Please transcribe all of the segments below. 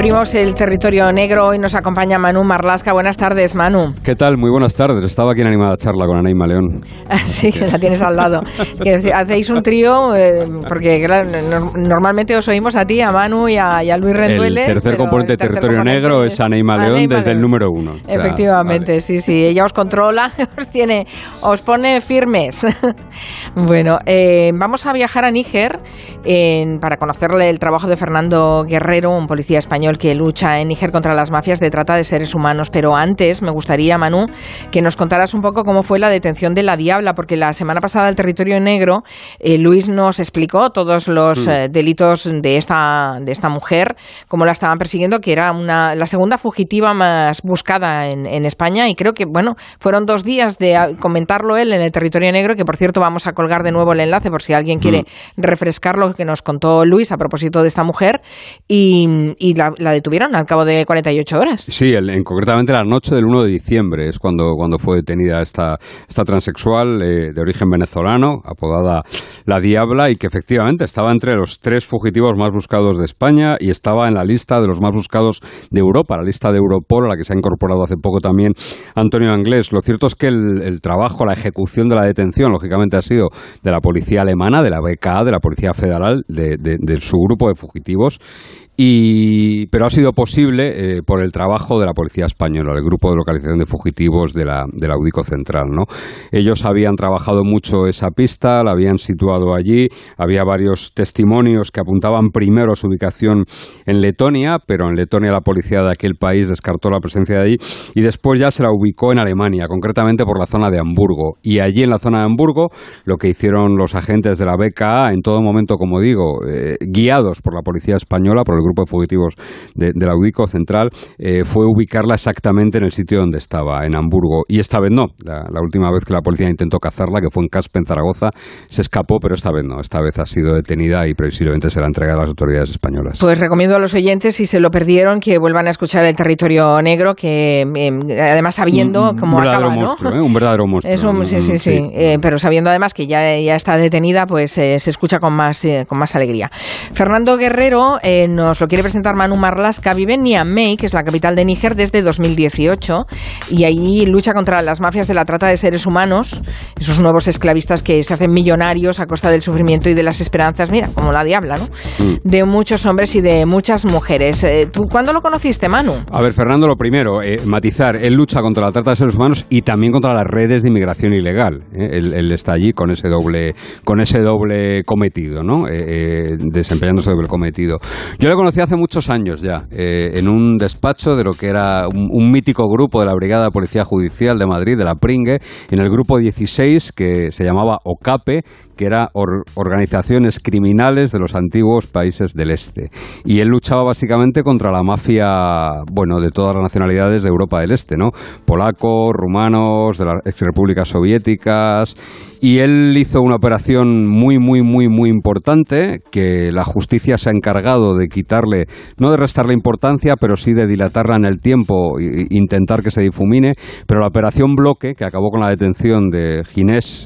Abrimos el territorio negro. Hoy nos acompaña Manu Marlaska. Buenas tardes, Manu. ¿Qué tal? Muy buenas tardes. Estaba aquí en animada charla con Anaïma León. Sí, que la tienes al lado. Que hacéis un trío, porque claro, normalmente os oímos a ti, a Manu y a Luis Rendueles. El tercer componente de territorio negro es Anaïma León desde el número 1. Efectivamente, vale. Sí. Ella os controla, os pone firmes. Bueno, vamos a viajar a Níger para conocerle el trabajo de Fernando Guerrero, un policía español que lucha en Níger contra las mafias de trata de seres humanos. Pero antes me gustaría, Manu, que nos contaras un poco cómo fue la detención de la Diabla, porque la semana pasada el territorio negro, Luis nos explicó todos los delitos de esta mujer, cómo la estaban persiguiendo, que era la segunda fugitiva más buscada en España, y creo que, bueno, fueron 2 días de comentarlo él en el territorio negro, que por cierto vamos a colgar de nuevo el enlace por si alguien quiere refrescar lo que nos contó Luis a propósito de esta mujer, y la detuvieron al cabo de 48 horas. Sí, concretamente la noche del 1 de diciembre es cuando fue detenida esta transexual de origen venezolano, apodada La Diabla, y que efectivamente estaba entre los 3 fugitivos más buscados de España y estaba en la lista de los más buscados de Europa, la lista de Europol, a la que se ha incorporado hace poco también Antonio Anglés. Lo cierto es que el trabajo, la ejecución de la detención, lógicamente ha sido de la policía alemana, de la BKA, de la Policía Federal, de su grupo de fugitivos, pero ha sido posible por el trabajo de la Policía Española, el Grupo de Localización de Fugitivos de la UDICO Central, ¿no? Ellos habían trabajado mucho esa pista, la habían situado allí, había varios testimonios que apuntaban primero a su ubicación en Letonia, pero en Letonia la policía de aquel país descartó la presencia de allí, y después ya se la ubicó en Alemania, concretamente por la zona de Hamburgo. Y allí en la zona de Hamburgo lo que hicieron los agentes de la BKA, en todo momento, como digo, guiados por la Policía Española, por el grupo de fugitivos de la UDICO Central, fue ubicarla exactamente en el sitio donde estaba, en Hamburgo. Y esta vez no. La última vez que la policía intentó cazarla, que fue en Caspe, en Zaragoza, se escapó, pero esta vez no. Esta vez ha sido detenida y previsiblemente será entregada a las autoridades españolas. Pues recomiendo a los oyentes, si se lo perdieron, que vuelvan a escuchar el territorio negro, que además sabiendo cómo acaba, ¿no? Un verdadero monstruo. Sí. Pero sabiendo además que ya está detenida, pues se escucha con más alegría. Fernando Guerrero nos lo quiere presentar Manu Marlaska. Vive en Niamey, que es la capital de Níger, desde 2018, y allí lucha contra las mafias de la trata de seres humanos, esos nuevos esclavistas que se hacen millonarios a costa del sufrimiento y de las esperanzas, mira, como la Diabla, ¿no? De muchos hombres y de muchas mujeres. ¿Tú cuándo lo conociste, Manu? A ver, Fernando, lo primero, matizar, él lucha contra la trata de seres humanos y también contra las redes de inmigración ilegal. Él está allí con ese doble cometido, ¿no? Desempeñando ese doble cometido. Yo le conocí hace muchos años ya, en un despacho de lo que era un mítico grupo de la Brigada de Policía Judicial de Madrid, de la Pringue, en el grupo 16, que se llamaba OCAPE, que era organizaciones criminales de los antiguos países del Este. Y él luchaba básicamente contra la mafia, bueno, de todas las nacionalidades de Europa del Este, ¿no? Polacos, rumanos, de las exrepúblicas soviéticas. Y él hizo una operación muy importante, que la justicia se ha encargado de quitarle, no de restarle importancia, pero sí de dilatarla en el tiempo e intentar que se difumine. Pero la operación Bloque, que acabó con la detención de Ginés,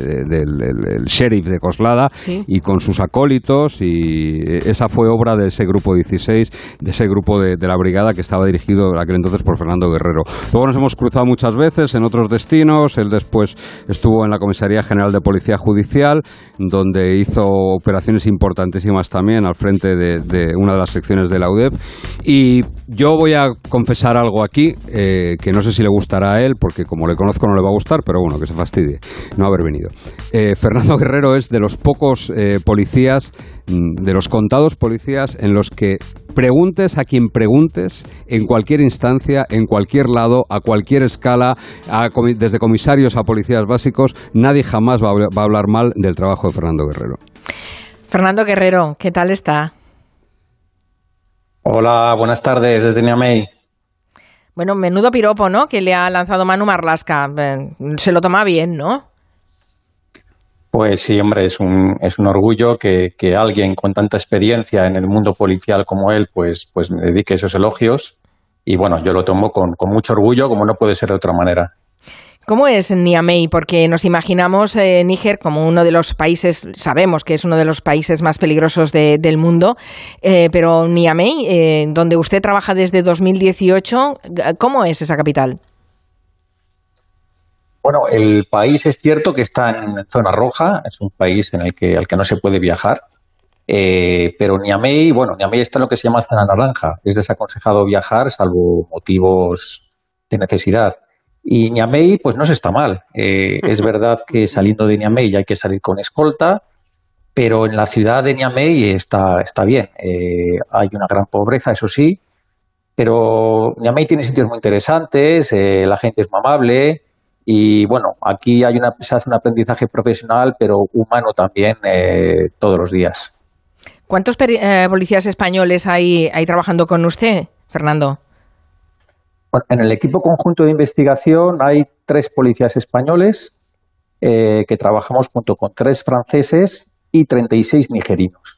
del sheriff de Coslada, ¿sí?, y con sus acólitos, y esa fue obra de ese grupo 16, de ese grupo de la brigada que estaba dirigido en aquel entonces por Fernando Guerrero. Luego nos hemos cruzado muchas veces en otros destinos. Él después estuvo en la Comisaría General de Policía Judicial, donde hizo operaciones importantísimas también al frente de una de las secciones de la UDEP. Y yo voy a confesar algo aquí, que no sé si le gustará a él, porque como le conozco no le va a gustar, pero bueno, que se fastidie no haber venido. Fernando Guerrero es de los pocos policías, de los contados policías en los que preguntes a quien preguntes, en cualquier instancia, en cualquier lado, a cualquier escala, desde comisarios a policías básicos, nadie jamás va a hablar mal del trabajo de Fernando Guerrero. Fernando Guerrero, ¿qué tal está? Hola, buenas tardes desde Niamey. Bueno, menudo piropo, ¿no?, que le ha lanzado Manu Marlaska. Se lo toma bien, ¿no? Pues sí, hombre, es un orgullo que alguien con tanta experiencia en el mundo policial como él, pues me dedique esos elogios. Y bueno, yo lo tomo con mucho orgullo, como no puede ser de otra manera. ¿Cómo es Niamey? Porque nos imaginamos Níger como uno de los países, sabemos que es uno de los países más peligrosos del mundo, pero Niamey, donde usted trabaja desde 2018, ¿cómo es esa capital? Bueno, el país es cierto que está en zona roja, es un país al que no se puede viajar, pero Niamey está en lo que se llama zona naranja, es desaconsejado viajar salvo motivos de necesidad. Y Niamey, pues no se está mal. Es verdad que saliendo de Niamey hay que salir con escolta, pero en la ciudad de Niamey está bien. Hay una gran pobreza, eso sí, pero Niamey tiene sitios muy interesantes, la gente es muy amable y bueno, aquí se hace un aprendizaje profesional, pero humano también todos los días. ¿Cuántos policías españoles hay trabajando con usted, Fernando? Bueno, en el equipo conjunto de investigación hay 3 policías españoles que trabajamos junto con 3 franceses y 36 nigerinos.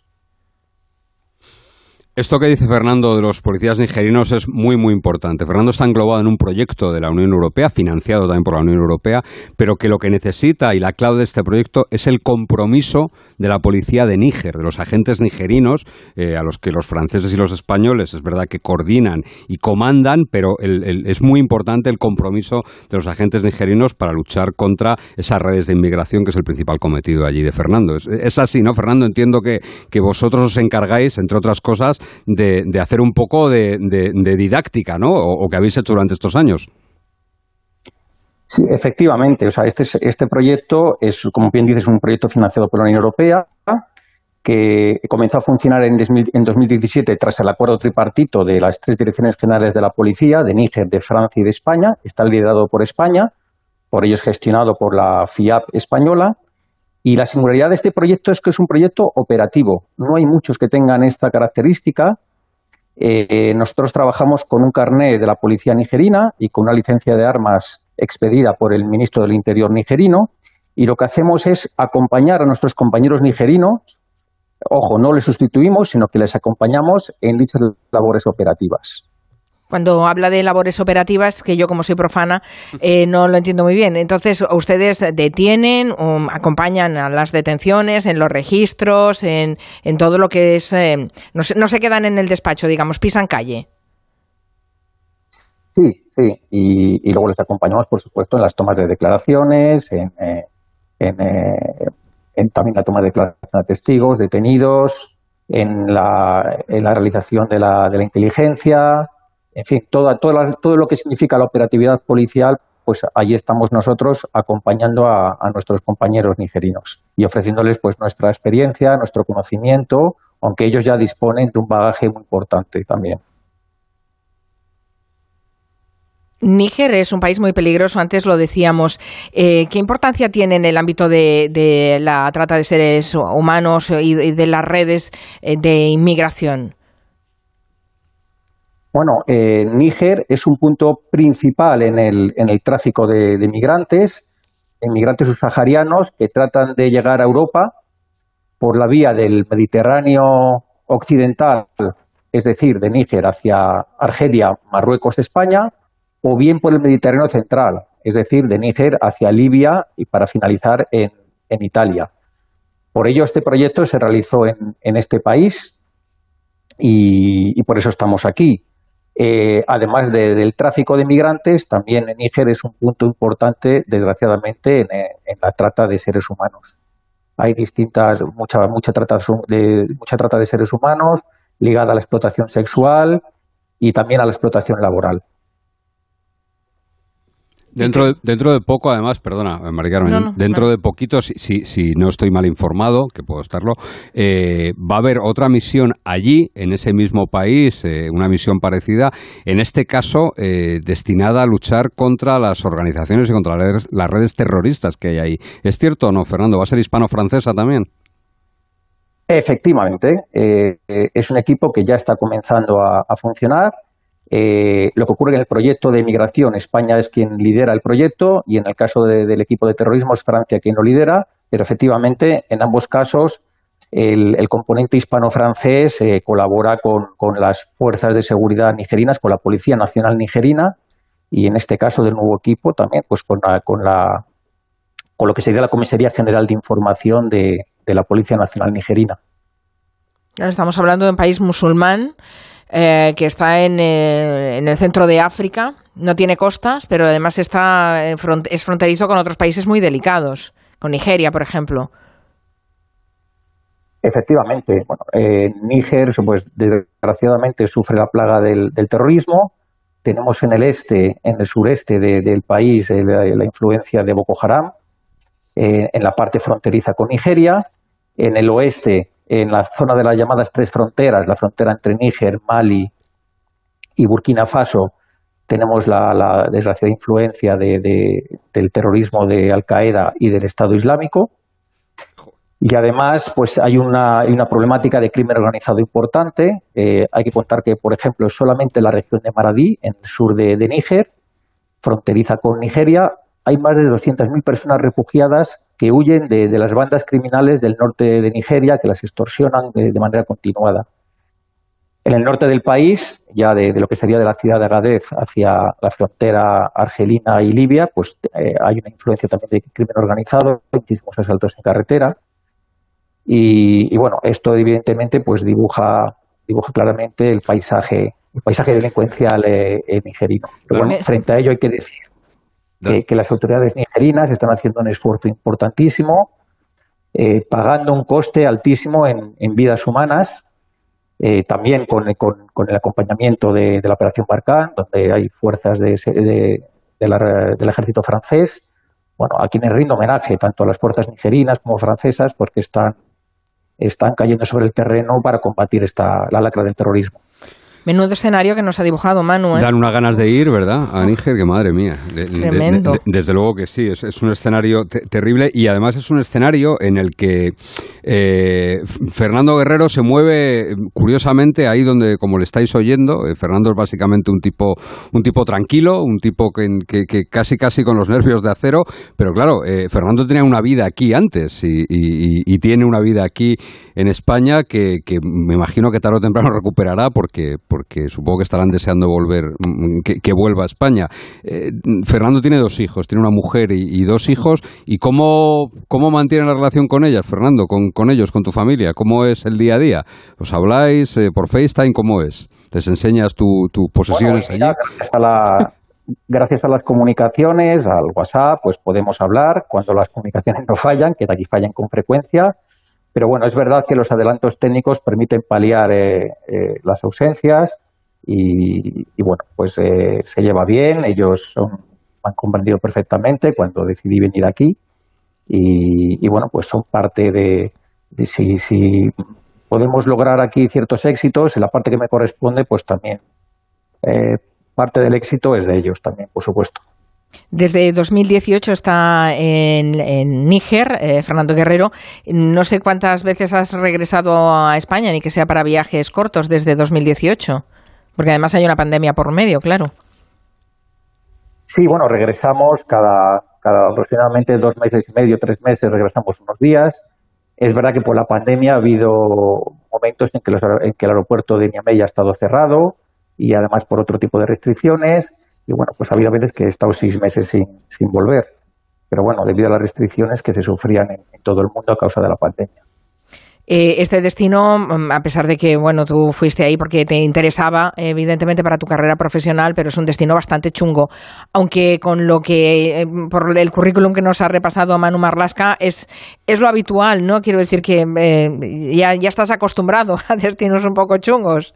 Esto que dice Fernando de los policías nigerinos es muy, muy importante. Fernando está englobado en un proyecto de la Unión Europea, financiado también por la Unión Europea, pero que lo que necesita y la clave de este proyecto es el compromiso de la policía de Níger, de los agentes nigerinos, a los que los franceses y los españoles es verdad que coordinan y comandan, pero es muy importante el compromiso de los agentes nigerinos para luchar contra esas redes de inmigración, que es el principal cometido allí de Fernando. Es así, ¿no, Fernando? Entiendo que vosotros os encargáis, entre otras cosas, de hacer un poco de didáctica, ¿no? O que habéis hecho durante estos años. Sí, efectivamente. O sea, este proyecto es, como bien dices, un proyecto financiado por la Unión Europea que comenzó a funcionar en 2017 tras el acuerdo tripartito de las 3 direcciones generales de la policía, de Níger, de Francia y de España. Está liderado por España, por ello es gestionado por la FIAP española. Y la singularidad de este proyecto es que es un proyecto operativo. No hay muchos que tengan esta característica. Nosotros trabajamos con un carné de la policía nigerina y con una licencia de armas expedida por el ministro del Interior nigerino. Y lo que hacemos es acompañar a nuestros compañeros nigerinos. Ojo, no les sustituimos, sino que les acompañamos en dichas labores operativas. Cuando habla de labores operativas, que yo como soy profana no lo entiendo muy bien. Entonces, ¿ustedes detienen, acompañan a las detenciones, en los registros, en todo lo que es... no se quedan en el despacho, digamos, pisan calle? Sí. Y luego les acompañamos, por supuesto, en las tomas de declaraciones, también la toma de declaración de testigos, detenidos, en la realización de la inteligencia... En fin, todo lo que significa la operatividad policial, pues allí estamos nosotros acompañando a nuestros compañeros nigerinos y ofreciéndoles pues nuestra experiencia, nuestro conocimiento, aunque ellos ya disponen de un bagaje muy importante también. Níger es un país muy peligroso, antes lo decíamos. ¿Qué importancia tiene en el ámbito de la trata de seres humanos y de las redes de inmigración? Bueno, Níger es un punto principal en el tráfico de migrantes subsaharianos que tratan de llegar a Europa por la vía del Mediterráneo occidental, es decir, de Níger hacia Argelia, Marruecos, España, o bien por el Mediterráneo central, es decir, de Níger hacia Libia y para finalizar en Italia. Por ello, este proyecto se realizó en este país y por eso estamos aquí. Además del tráfico de migrantes, también Níger es un punto importante, desgraciadamente, en la trata de seres humanos. Hay mucha trata de seres humanos ligada a la explotación sexual y también a la explotación laboral. Dentro de poco, además, perdona, Mari Carmen, de poquito, si no estoy mal informado, que puedo estarlo, va a haber otra misión allí, en ese mismo país, una misión parecida, en este caso destinada a luchar contra las organizaciones y contra las redes terroristas que hay ahí. ¿Es cierto o no, Fernando? ¿Va a ser hispano-francesa también? Efectivamente, es un equipo que ya está comenzando a funcionar. Lo que ocurre en el proyecto de migración, España es quien lidera el proyecto y en el caso del equipo de terrorismo es Francia quien lo lidera, pero efectivamente en ambos casos el componente hispano-francés colabora con las fuerzas de seguridad nigerinas, con la Policía Nacional Nigerina y en este caso del nuevo equipo también pues con lo que sería la Comisaría General de Información de la Policía Nacional Nigerina. Estamos hablando de un país musulmán que está en el centro de África, no tiene costas, pero además es fronterizo con otros países muy delicados, con Nigeria, por ejemplo. Efectivamente, Níger, pues desgraciadamente sufre la plaga del terrorismo. Tenemos en el sureste del país, la influencia de Boko Haram, en la parte fronteriza con Nigeria. En el oeste, en la zona de las llamadas tres fronteras, la frontera entre Níger, Mali y Burkina Faso, tenemos la desgraciada influencia del terrorismo de Al-Qaeda y del Estado Islámico. Y además, pues hay una problemática de crimen organizado importante. Hay que contar que, por ejemplo, solamente en la región de Maradi, en el sur de Níger, fronteriza con Nigeria, hay más de 200.000 personas refugiadas que huyen de las bandas criminales del norte de Nigeria, que las extorsionan de manera continuada. En el norte del país, ya de lo que sería de la ciudad de Agadez hacia la frontera argelina y Libia, pues hay una influencia también de crimen organizado, muchísimos asaltos en carretera. Y bueno, esto evidentemente pues dibuja claramente el paisaje delincuencial nigerino. Pero bueno, frente a ello hay que decir que las autoridades nigerinas están haciendo un esfuerzo importantísimo, pagando un coste altísimo en vidas humanas, también con el acompañamiento de la Operación Barkhane, donde hay fuerzas del ejército francés, a quienes rindo homenaje, tanto a las fuerzas nigerinas como francesas, porque están cayendo sobre el terreno para combatir la lacra del terrorismo. Menudo escenario que nos ha dibujado Manu, ¿eh? Dan unas ganas de ir, ¿verdad? A Níger, que madre mía. Tremendo. Desde luego que sí, es un escenario terrible y además es un escenario en el que Fernando Guerrero se mueve curiosamente ahí donde, como le estáis oyendo, Fernando es básicamente un tipo tranquilo, un tipo que casi con los nervios de acero, pero claro, Fernando tenía una vida aquí antes y tiene una vida aquí en España que me imagino que tarde o temprano recuperará porque supongo que estarán deseando que vuelva a España. Fernando tiene 2 hijos, tiene una mujer y 2 hijos. ¿Y cómo mantiene la relación con ellas, Fernando, con ellos, con tu familia? ¿Cómo es el día a día? ¿Os habláis por FaceTime? ¿Cómo es? ¿Les enseñas tus posesiones allí? Gracias a las comunicaciones, al WhatsApp, pues podemos hablar cuando las comunicaciones no fallan, que de aquí fallan con frecuencia. Pero bueno, es verdad que los adelantos técnicos permiten paliar las ausencias y bueno, pues se lleva bien. Ellos han comprendido perfectamente cuando decidí venir aquí y bueno, pues son parte de si podemos lograr aquí ciertos éxitos, en la parte que me corresponde, pues también parte del éxito es de ellos también, por supuesto. Desde 2018 está en Níger, Fernando Guerrero. No sé cuántas veces has regresado a España, ni que sea para viajes cortos, desde 2018, porque además hay una pandemia por medio, claro. Sí, bueno, regresamos cada aproximadamente 2 meses y medio, 3 meses, regresamos unos días. Es verdad que por la pandemia ha habido momentos en que el aeropuerto de Niamey ha estado cerrado y además por otro tipo de restricciones. Y bueno, pues ha habido veces que he estado 6 meses sin volver. Pero bueno, debido a las restricciones que se sufrían en todo el mundo a causa de la pandemia. Este destino, a pesar de que bueno, tú fuiste ahí porque te interesaba, evidentemente, para tu carrera profesional, pero es un destino bastante chungo. Aunque con lo que, por el currículum que nos ha repasado Manu Marlaska, es lo habitual, ¿no? Quiero decir que ya estás acostumbrado a destinos un poco chungos.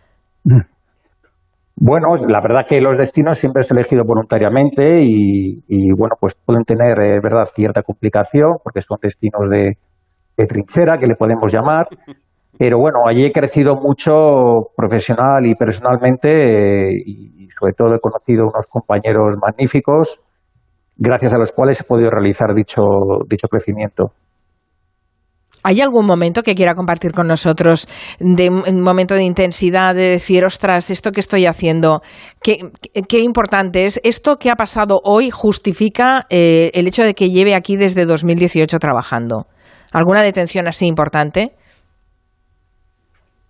Bueno, la verdad que los destinos siempre he elegido voluntariamente y bueno, pues pueden tener, verdad, cierta complicación porque son destinos de trinchera, que le podemos llamar, pero bueno, allí he crecido mucho profesional y personalmente y sobre todo he conocido unos compañeros magníficos gracias a los cuales he podido realizar dicho crecimiento. ¿Hay algún momento que quiera compartir con nosotros, de un momento de intensidad, de decir, ostras, esto que estoy haciendo, qué importante es? ¿Esto que ha pasado hoy justifica el hecho de que lleve aquí desde 2018 trabajando? ¿Alguna detención así importante?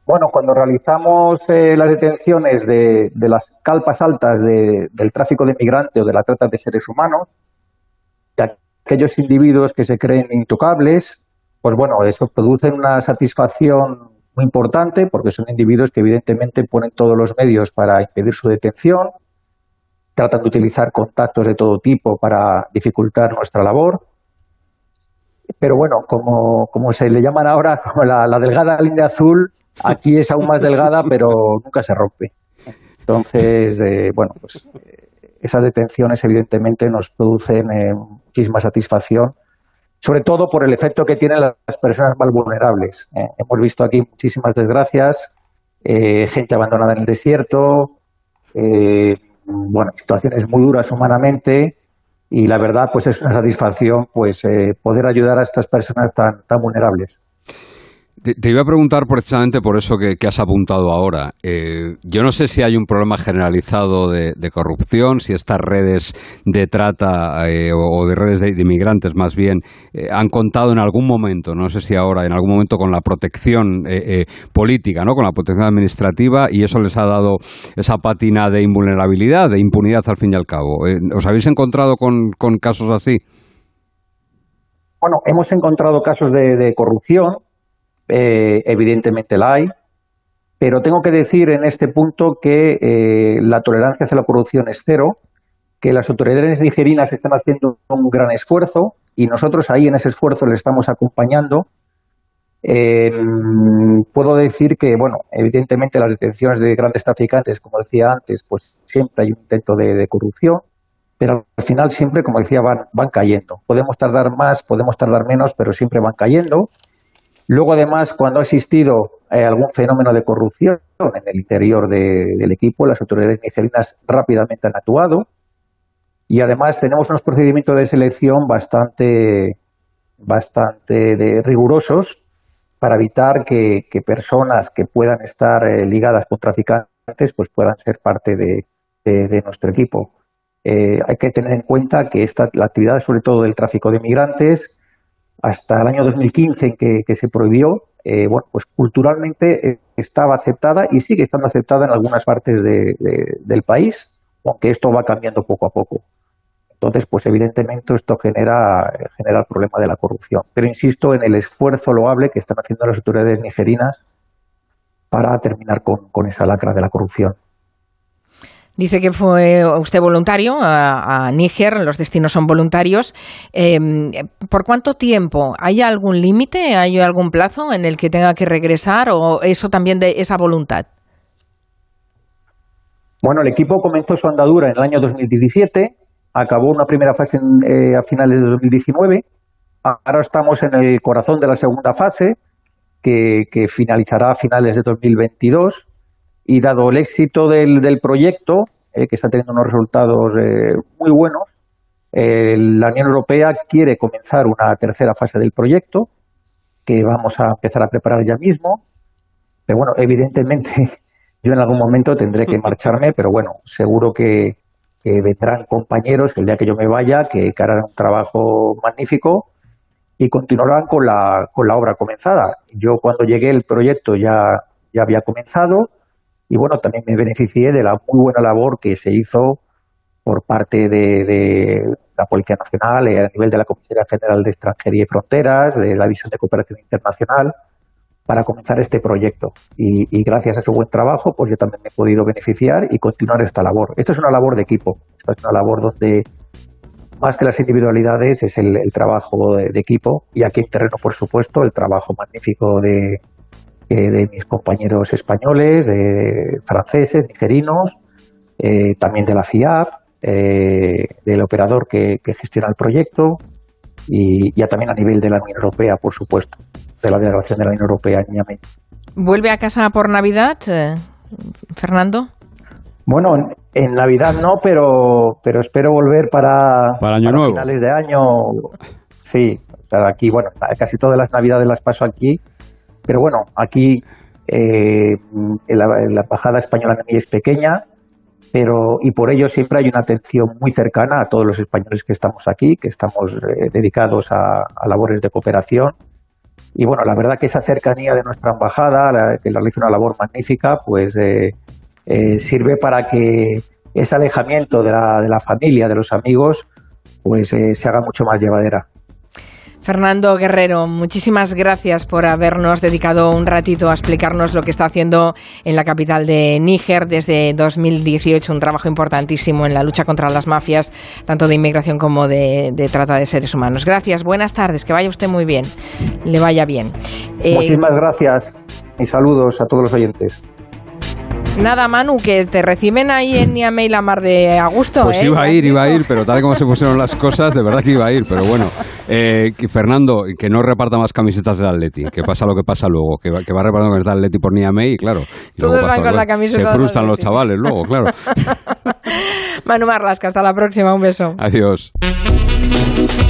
Bueno, cuando realizamos las detenciones de las calpas altas del tráfico de migrantes o de la trata de seres humanos, de aquellos individuos que se creen intocables, pues bueno, eso produce una satisfacción muy importante porque son individuos que evidentemente ponen todos los medios para impedir su detención, tratan de utilizar contactos de todo tipo para dificultar nuestra labor. Pero bueno, como se le llaman ahora, como la delgada línea azul, aquí es aún más delgada, pero nunca se rompe. Entonces, bueno, pues esas detenciones evidentemente nos producen muchísima satisfacción, sobre todo por el efecto que tienen las personas más vulnerables. Hemos visto aquí muchísimas desgracias, gente abandonada en el desierto, bueno, situaciones muy duras humanamente, y la verdad pues es una satisfacción pues poder ayudar a estas personas tan vulnerables. Te iba a preguntar precisamente por eso que has apuntado ahora. Yo no sé si hay un problema generalizado de corrupción, si estas redes de trata o de redes de inmigrantes más bien han contado en algún momento, no sé si ahora, en algún momento con la protección política, ¿no? Con la protección administrativa, y eso les ha dado esa pátina de invulnerabilidad, de impunidad al fin y al cabo. ¿Os habéis encontrado con casos así? Bueno, hemos encontrado casos de corrupción. Evidentemente la hay, pero tengo que decir en este punto que la tolerancia hacia la corrupción es cero, que las autoridades nigerinas están haciendo un gran esfuerzo y nosotros ahí en ese esfuerzo les estamos acompañando. Puedo decir que, bueno, evidentemente las detenciones de grandes traficantes, como decía antes, pues siempre hay un intento de corrupción, pero al final siempre, como decía, van cayendo. Podemos tardar más, podemos tardar menos, pero siempre van cayendo. Luego, además, cuando ha existido algún fenómeno de corrupción en el interior del equipo, las autoridades nigerinas rápidamente han actuado y, además, tenemos unos procedimientos de selección bastante rigurosos para evitar que personas que puedan estar ligadas con traficantes pues puedan ser parte de nuestro equipo. Hay que tener en cuenta que la actividad, sobre todo del tráfico de migrantes, hasta el año 2015 en que se prohibió, bueno, pues culturalmente estaba aceptada y sigue estando aceptada en algunas partes del país, aunque esto va cambiando poco a poco. Entonces, pues evidentemente esto genera el problema de la corrupción. Pero insisto en el esfuerzo loable que están haciendo las autoridades nigerinas para terminar con esa lacra de la corrupción. Dice que fue usted voluntario a Níger, los destinos son voluntarios. ¿Por cuánto tiempo? ¿Hay algún límite? ¿Hay algún plazo en el que tenga que regresar o eso también de esa voluntad? Bueno, el equipo comenzó su andadura en el año 2017, acabó una primera fase a finales de 2019. Ahora estamos en el corazón de la segunda fase, que finalizará a finales de 2022. Y dado el éxito del proyecto, que está teniendo unos resultados muy buenos, la Unión Europea quiere comenzar una tercera fase del proyecto, que vamos a empezar a preparar ya mismo. Pero bueno, evidentemente yo en algún momento tendré que marcharme, pero bueno, seguro que vendrán compañeros el día que yo me vaya, que harán un trabajo magnífico y continuarán con la obra comenzada. Yo cuando llegué el proyecto ya había comenzado. Y bueno, también me beneficié de la muy buena labor que se hizo por parte de la Policía Nacional, a nivel de la Comisaría General de Extranjería y Fronteras, de la División de Cooperación Internacional, para comenzar este proyecto. Y gracias a su buen trabajo, pues yo también me he podido beneficiar y continuar esta labor. Esto es una labor de equipo. Esta es una labor donde, más que las individualidades, es el trabajo de equipo. Y aquí en terreno, por supuesto, el trabajo magnífico de mis compañeros españoles, franceses, nigerinos, también de la FIAP, del operador que gestiona el proyecto y ya también a nivel de la Unión Europea, por supuesto, de la delegación de la Unión Europea en Niamey. ¿Vuelve a casa por Navidad, Fernando? Bueno, en Navidad no, pero espero volver para Año Nuevo. Finales de año. Sí, aquí, bueno, casi todas las Navidades las paso aquí. Pero bueno, aquí la embajada española en mí es pequeña, y por ello siempre hay una atención muy cercana a todos los españoles que estamos aquí, que estamos dedicados a labores de cooperación. Y bueno, la verdad que esa cercanía de nuestra embajada, que realiza una labor magnífica, pues sirve para que ese alejamiento de la familia, de los amigos, pues se haga mucho más llevadera. Fernando Guerrero, muchísimas gracias por habernos dedicado un ratito a explicarnos lo que está haciendo en la capital de Níger desde 2018, un trabajo importantísimo en la lucha contra las mafias, tanto de inmigración como de trata de seres humanos. Gracias, buenas tardes, que vaya usted muy bien, le vaya bien. Muchísimas gracias y saludos a todos los oyentes. Nada, Manu, que te reciben ahí en Niamey la mar de a gusto. Pues iba a ir, pero tal y como se pusieron las cosas, de verdad que iba a ir. Pero bueno, Fernando, que no reparta más camisetas del Atleti, que pasa lo que pasa luego, que va repartiendo camisetas del Atleti por Niamey y claro, y luego pasa, con la camiseta se frustran los chavales luego, claro. Manu Marlasca, hasta la próxima, un beso. Adiós.